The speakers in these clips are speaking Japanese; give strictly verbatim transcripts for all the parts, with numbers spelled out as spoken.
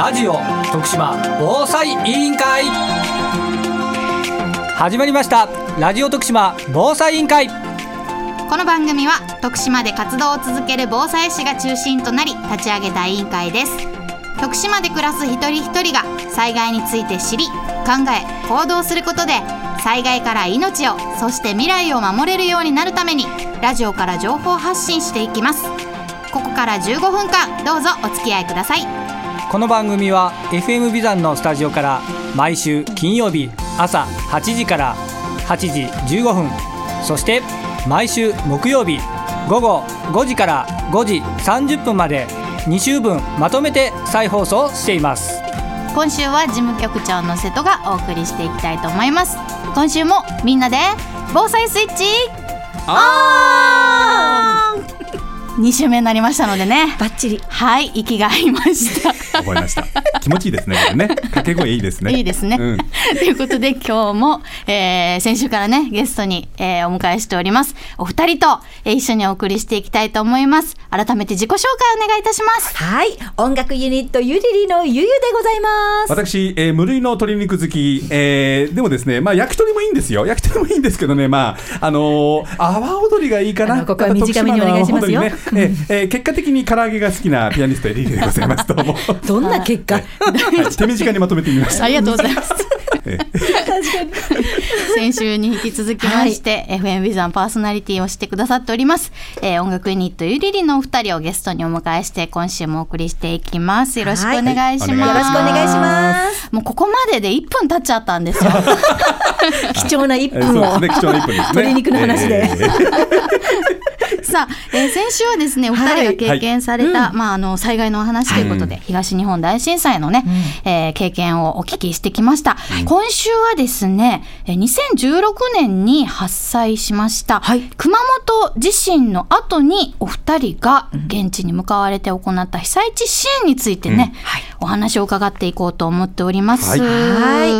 ラジオ徳島防災委員会、始まりました。ラジオ徳島防災委員会。 この番組は徳島で活動を続ける防災士が中心となり立ち上げた委員会です。徳島で暮らす一人一人が災害について知り、考え、行動することで災害から命を、そして未来を守れるようになるためにラジオから情報発信していきます。ここからじゅうごふんかんどうぞお付き合いください。 この番組は エフエム ビザンのスタジオから毎週金曜日朝はちじからはちじじゅうごふん、そして毎週木曜日午後ごじからごじさんじゅっぷんまでに週分まとめて再放送しています。 今週は事務局長の瀬戸がお送りしていきたいと思います。今週もみんなで防災スイッチオンに週目になりましたのでね、 バッチリ、 はい、息が合いました覚えました気持ちいいですね、これね、掛け声いいですねいいですね、うん、ということで今日も、えー、先週からねゲストに、えー、お迎えしておりますお二人と、えー、一緒にお送りしていきたいと思います。改めて自己紹介お願いいたします。 はい、音楽ユニットゆりりのゆゆでございます。 私、えー、無類の鶏肉好き、えー、でもですね、まあ、焼き鳥もいいんですよ、焼き鳥もいいんですけどね、まああのー、阿波踊りがいいかな。 ここは短めにお願いしますよ、 ねえーえー、結果的に唐揚げが好きなピアニストエリーでございます。どうもどんな結果、はいはい、手短にまとめてみました。 ありがとうございますえ先週に引き続きまして、はい、エフエム ビザンパーソナリティをしてくださっております、えー、音楽ユニットゆりりのお二人をゲストにお迎えして今週もお送りしていきます。よろしくお願いします、 はい、よろしくお願いします。 もうここまででいっぷん経っちゃったんですよ貴重ないっぷんを、 えーね、貴重ないっぷんですね、 鶏肉の話で、えー、さあ、えー、先週はですねお二人が経験された、はいはい、まあ、あの災害のお話ということで、はい、東日本大震災のね、うん、えー、経験をお聞きしてきました、うん、今週はですねにせんじゅうろくねんに発災しました、はい、熊本地震の後にお二人が現地に向かわれて行った被災地支援についてね、うん、はい、お話を伺っていこうと思っております、はい、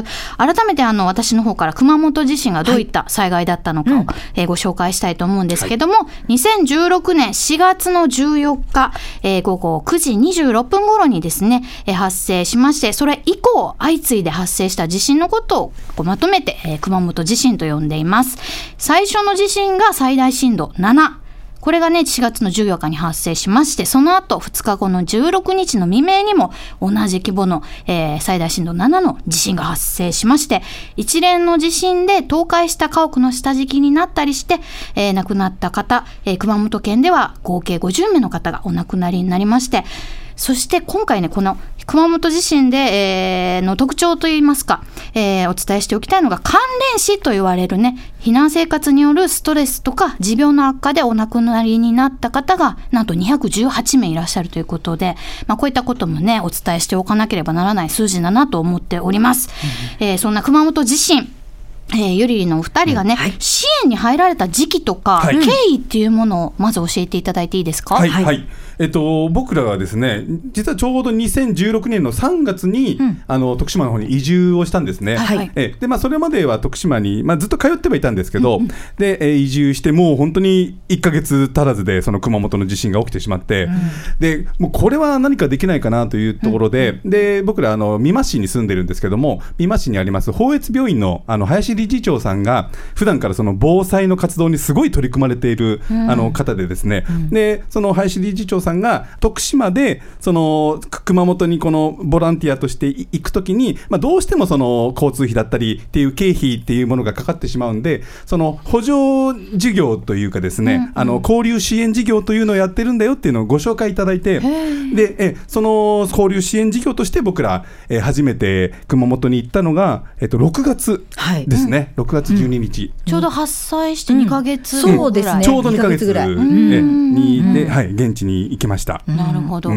改めてあの私の方から熊本地震がどういった災害だったのかを、はい、えー、ご紹介したいと思うんですけども、はい、にせんじゅうろくねんしがつのじゅうよっか、えー、午後くじにじゅうろっぷん頃にですね、えー、発生しまして、それ以降相次いで発生した地震のことをこうまとめて、えー、熊本地震と呼んでいます。最初の地震が最大震度なな、これがねしがつのじゅうよっかに発生しまして、その後ふつかごのじゅうろくにちの未明にも同じ規模の、えー、最大震度ななの地震が発生しまして、一連の地震で倒壊した家屋の下敷きになったりして、えー、亡くなった方、えー、熊本県では合計ごじゅうめいの方がお亡くなりになりまして、そして今回ねこの熊本地震で、えー、の特徴といいますか、えー、お伝えしておきたいのが関連死と言われるね、避難生活によるストレスとか持病の悪化でお亡くなりになった方がなんとにひゃくじゅうはちめいいらっしゃるということで、まあ、こういったこともねお伝えしておかなければならない数字だなと思っております、うん、えー、そんな熊本地震、えー、ゆりりのお二人がね、うん、はい、支援に入られた時期とか、はい、経緯っていうものをまず教えていただいていいですか。 はい、はいはい、えっと、僕らはですね実はちょうどにせんじゅうろくねんのさんがつに、うん、あの徳島の方に移住をしたんですね、はい、えで、まあ、それまでは徳島に、まあ、ずっと通ってはいたんですけど、うん、で、え移住してもう本当にいっかげつ足らずでその熊本の地震が起きてしまって、うん、でもうこれは何かできないかなというところで、うん、で僕らあの美馬市に住んでるんですけども、美馬市にあります邦越病院の、あの林理事長さんが普段からその防災の活動にすごい取り組まれている、うん、あの方でですね、うん、でその林理事長さんが徳島でその熊本にこのボランティアとして行くときに、まあ、どうしてもその交通費だったりっていう経費っていうものがかかってしまうんで、その補助事業というかですね、うんうん、あの交流支援事業というのをやってるんだよっていうのをご紹介いただいて、でえその交流支援事業として僕らえ初めて熊本に行ったのが、えっと、ろくがつですね、はい、うん、ろくがつじゅうににち、 うん、ちょうど発災してにかげつぐらい、 うん、そうですね、 ちょうどにかげつぐらいにで、はい、現地に行きました。 なるほど、うん、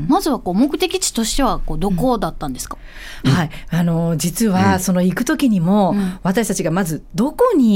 まずはこう目的地としてはこうどこだったんですか。 うん、はい、あの実はその行く時にも、うん、私たちがまずどこに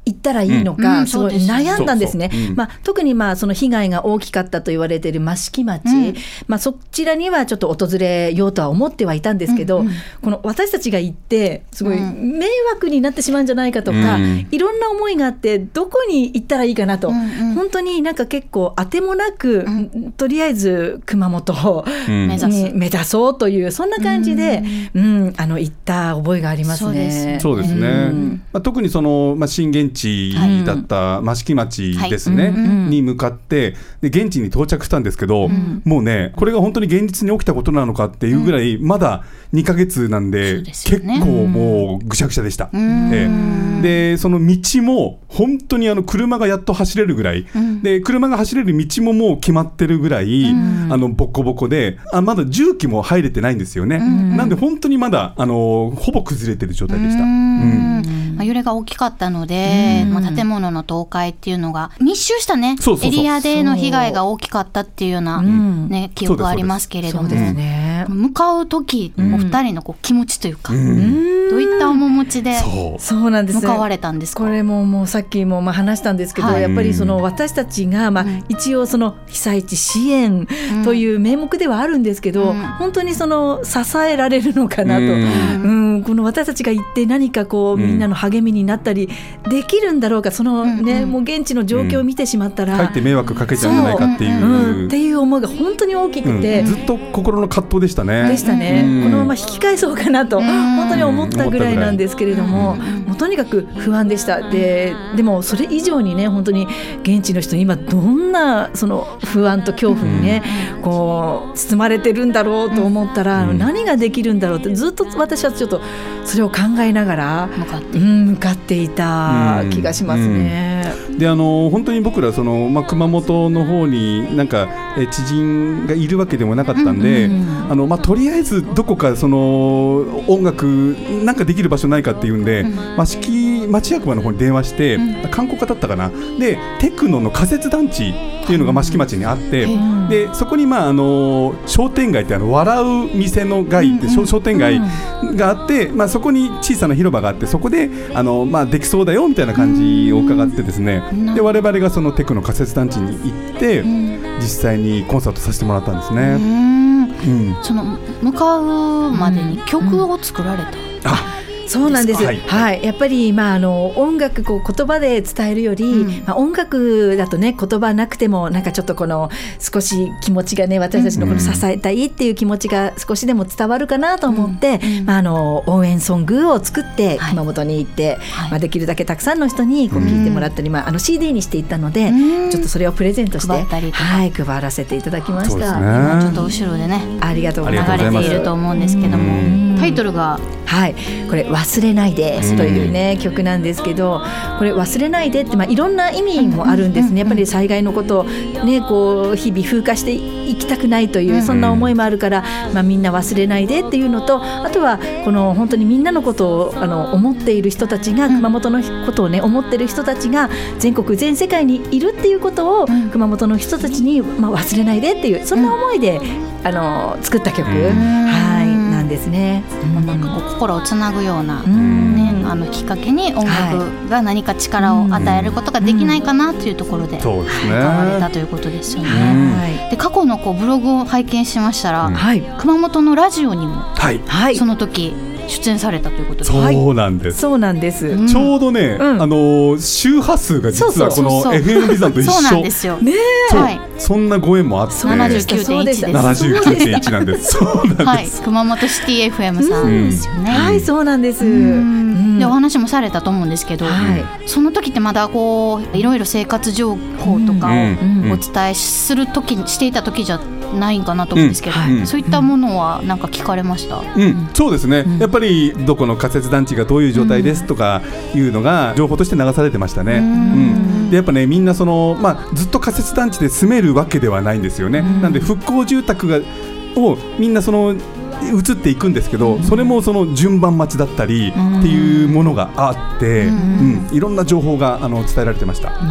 行ったらいいのか、 うんうんすごい悩んだんですね。 そうそううんまあ、特にまあその被害が大きかったと言われている益城町、 うんまあ、そちらにはちょっと訪れようとは思ってはいたんですけど、 うんうんこの私たちが行ってすごいうん迷惑になってしまうんじゃないかとか、 うんいろんな思いがあってどこに行ったらいいかなと、 うんうん本当になんか結構当てもなく、 うとりあえず熊本をうん目指すに目指そうというそんな感じで、うんあの行った覚えがありますそうですね。 ねそうですね、 うんまあ、特にその、まあ、震源地だった益城町ですね、 はいうんうんに向かってで現地に到着したんですけど、 んもうねこれが本当に現実に起きたことなのかっていうぐらい、まだにかげつなんで、 そうですよね結構もうぐしゃぐしゃでした、 んええでその道も本当にあの車がやっと走れるぐらい、 んで車が走れる道ももう決まってるぐらい、あのボコボコであまだ重機も入れてないんですよね、なんで本当にまだあのほぼ崩れてる状態でした。 ううんんまあ、揺れが大きかったので、まあ、建物の倒壊っていうのが密集したねそうそうそうエリアでの被害が大きかったっていうような、 んね、記憶がありますけれども、 そうですね。 向かう時、お二人のこう気持ちというか、 うんどういった面持ちでそうそうなんです。 向かわれたんですか？ これももうさっきもまあ話したんですけど、 はいやっぱりその私たちがまあ一応その被災地支援という名目ではあるんですけど、 うん本当にその支えられるのかなと、 ううんこの私たちが行って何かこうみんなの励みになったりできるんだろうか、そのね、 うんもう現地の状況を見てしまったら、 かえって迷惑かけちゃうんじゃないかっていう、 うん、っていう思いが本当に大きくて、 うんずっと心の葛藤でしたね。 でしたね、 うんこのまま引き返そうかなと本当に思ったぐらいなんですけれども、もうとにかく不安でした。で、でもそれ以上にね本当に現地の人今どんなその不安と恐怖にね、こう包まれてるんだろうと思ったら、 うん何ができるんだろうってずっと私はちょっとそれを考えながら向かってうん向かっていた気がしますね。 であの本当に僕らその、まあ、熊本の方になんかえ知人がいるわけでもなかったんで、あのまあ、とりあえずどこかその音楽なんかできる場所ないかっていうんで、益城町役場の方に電話して、観光課だったかなでテクノの仮設団地っていうのが益城町にあって、でそこに、まあ、あの商店街ってあの笑う店の街って商店街があって、まあ、そこに小さな広場があってそこであの、まあ、できそうだよみたいな感じを伺ってですね、で我々がそのテクノ仮設団地に行って実際にコンサートさせてもらったんですね。うんその向かうまでに曲を作られた、 あそうなんです。 ははいい、はい、やっぱり、まあ、あの音楽こう言葉で伝えるより、 うんまあ、音楽だとね言葉なくてもなんかちょっとこの少し気持ちがね私たちのこの支えたいっていう気持ちが少しでも伝わるかなと思って、 うんまあ、あの応援ソングを作ってはい熊本に行って、 はいまあ、できるだけたくさんの人にこう聞いてもらったり、まあ、あの シーディー にしていったので、 うんちょっとそれをプレゼントして配ったりとかはい、配らせていただきました。 そうですね今ちょっと後ろでねありがとうござい流ます。 ありがとうございますれていると思うんですけどうんも、タイトルがはい、これ忘れないでというね、曲なんですけど、これ忘れないでって、まあ、いろんな意味もあるんですね。やっぱり災害のことをねこう日々風化していきたくないというそんな思いもあるから、まあ、みんな忘れないでっていうのと、あとはこの本当にみんなのことをあの思っている人たちが、熊本のことをね思っている人たちが全国全世界にいるっていうことを、熊本の人たちに、まあ、忘れないでっていうそんな思いで、あの作った曲、はいなんですね。 なんかこう心をつなぐような、 んね、あのきっかけに音楽が何か力を与えることができないかなというところでそうですね使われたということですよね。 はいで過去のこうブログを拝見しましたら、 はい熊本のラジオにもはいはいその時出演されたということで、 そうなんです、 そうなんです。 うんちょうどね、 うんあの周波数が実はこのそうそうそうエフエム ビザンと一緒そうなんですよ。 ねそうはいそんなご縁もあってななじゅうきゅうてんいちです。 なななじゅうきゅうてんいちなんですそうなんです、 はい、熊本シティ エフエム さんですよね。 はい、そうなんです。 うんでお話もされたと思うんですけど、 はいその時ってまだこういろいろ生活情報とかをうんお伝えする時にしていた時じゃないんかなと思うんですけど、 うんはいそういったものはなんか聞かれました？ うん、そうですね、やっぱりどこの仮設団地がどういう状態ですとかいうのが情報として流されてましたね。うんでやっぱねみんなその、まあ、ずっと仮設団地で住めるわけではないんですよね。なんで復興住宅がをみんなその移っていくんですけど、それもその順番待ちだったりっていうものがあって、うんうん、いろんな情報があの伝えられてました、うん、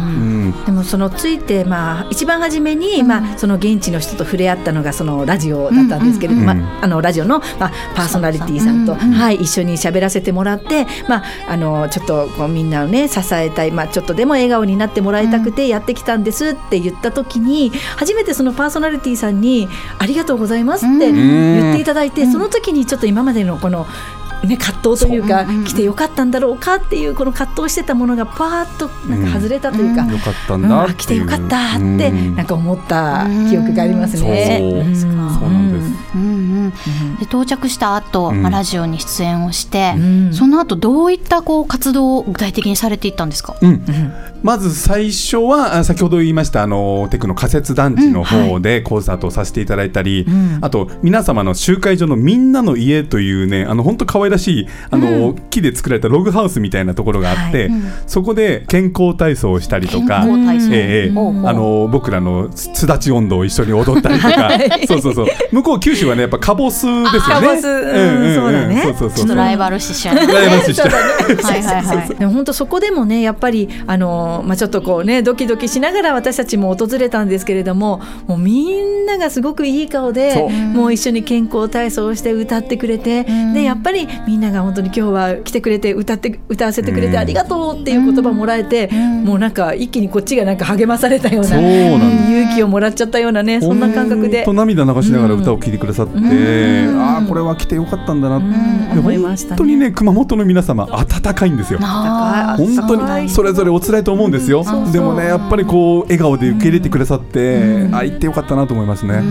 でもそのついて、まあ、一番初めに、まあ、その現地の人と触れ合ったのがそのラジオだったんですけれども、うんまあ、あのラジオの、まあ、パーソナリティさんと、はい、一緒に喋らせてもらって、まあ、あのちょっとこうみんなを、ね、支えたい、まあ、ちょっとでも笑顔になってもらいたくてやってきたんですって言った時に、初めてそのパーソナリティさんにありがとうございますって言っていただいて、その時にちょっと今までのこのね、葛藤というか、来てよかったんだろうかっていうこの葛藤してたものがパーッとなんか外れたというか、 うん、よかったんだっていう、 来てよかったってなんか思った記憶がありますね。 そう、うん、そうなんです、 うんうん、で到着した後、 うんまあ、ラジオに出演をして、 うん、 その後どういったこう活動を具体的にされていったんですか？ うんうん、まず最初は先ほど言いましたあのテクの仮設団地の方でコンサートをさせていただいたり、うんはい、あと皆様の集会所のみんなの家というね、あの本当可愛らしいあの、うん、木で作られたログハウスみたいなところがあって、はい、そこで健康体操をしたりとか、えー、あの僕らのすだち温度を一緒に踊ったりとかそうそうそう、向こう九州はねやっぱカボスですよね。 カボス、うんうん、そうだね。 ちょっとライバル視しちゃう、 ライバル視しちゃうはいはいはい。 でも本当そこでもねやっぱりあの、まあ、ちょっとこうねドキドキしながら私たちも訪れたんですけれども、もうみんながすごくいい顔でもう一緒に健康体操をして歌ってくれて、でやっぱりみんなが本当に今日は来てくれて歌って歌わせてくれてありがとうっていう言葉もらえて、もうなんか一気にこっちがなんか励まされたような、勇気をもらっちゃったようなね、そんな感覚で本当涙流しながら歌を聴いてくださって、うん、ああこれは来てよかったんだなって思いましたね。本当にね熊本の皆様温かいんですよ。本当にそれぞれお辛いと思うんですよ。でもねやっぱりこう笑顔で受け入れてくださって、うん、あ行ってよかったなと思いますね。うん、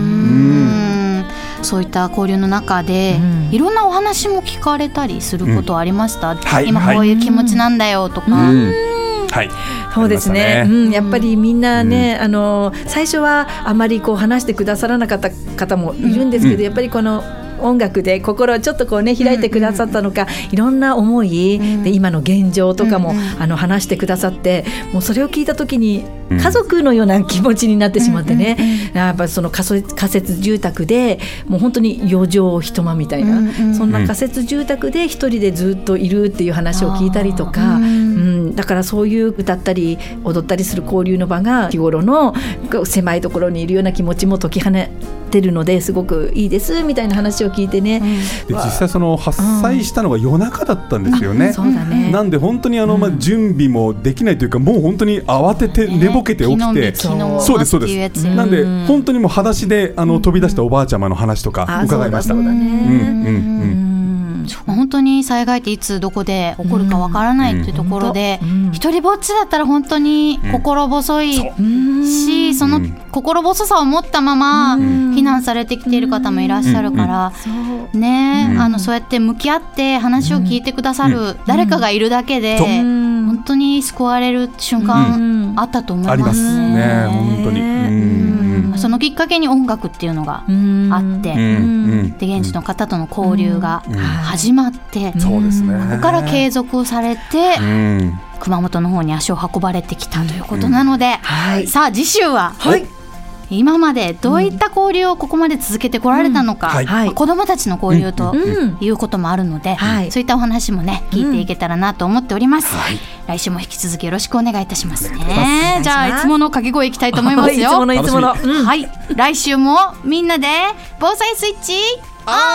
そういった交流の中で、うん、いろんなお話も聞かれたりすることありました、うんはい、今こういう気持ちなんだよとか、うんうんはい、 そうですね、うん、やっぱりみんなね、うん、あの最初はあまりこう話してくださらなかった方もいるんですけど、うん、やっぱりこの音楽で心をちょっとこうね開いてくださったのか、うんうん、いろんな思い、うん、で今の現状とかも、うんうん、あの話してくださって、もうそれを聞いた時に家族のような気持ちになってしまってね、うんうんうん、やっぱその仮設住宅でもう本当に四畳一間みたいな、うんうん、そんな仮設住宅で一人でずっといるっていう話を聞いたりとか、うんうん、だからそういう歌ったり踊ったりする交流の場が日頃の狭いところにいるような気持ちも解き放てるのですごくいいですみたいな話を聞いてね、 うん、で実際その発災したのが夜中だったんですよね、うん、 そうだね。 なんで本当にあの、まあ、準備もできないというか、もう本当に慌てて寝ぼけて起きて、そうですそうです、なんで本当にもう裸足であの飛び出したおばあちゃまの話とか伺いました。 そうだね、うんうんうん本当に災害っていつどこで起こるかわからないっていうところで、うん、一人ぼっちだったら本当に心細いし、うん、その心細さを持ったまま避難されてきている方もいらっしゃるから、うん、ね、うん、あのそうやって向き合って話を聞いてくださる誰かがいるだけで、うん、本当に救われる瞬間あったと思います、 ありますね、本当に、うんそのきっかけに音楽っていうのがあって、で現地の方との交流が始まって、ここから継続されて熊本の方に足を運ばれてきたということなので、はい、さあ次週は、はい、今までどういった交流をここまで続けてこられたのか、うんはい、子どもたちの交流ということもあるので、うんうん、そういったお話もね聞いていけたらなと思っております、うんはい、来週も引き続きよろしくお願いいたしますね。じゃあいつもの掛け声いきたいと思いますよ。 いつものいつもの、うん、 はい、来週もみんなで防災スイッチオン。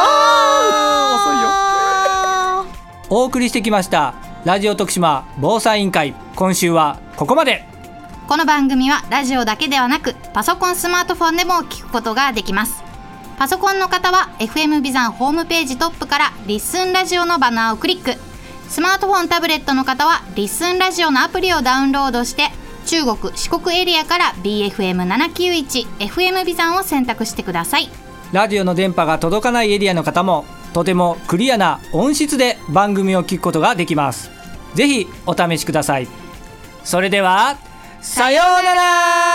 遅いよお送りしてきましたラジオ徳島防災委員会、今週はここまで。 この番組はラジオだけではなくパソコンスマートフォンでも聞くことができます。パソコンの方は エフエム ビザンホームページトップからリッスンラジオのバナーをクリック、スマートフォンタブレットの方はリッスンラジオのアプリをダウンロードして中国四国エリアから ビーエフエムななきゅういち エフエム ビザンを選択してください。 ラジオの電波が届かないエリアの方もとてもクリアな音質で番組を聞くことができます。ぜひお試しください。それではさようなら。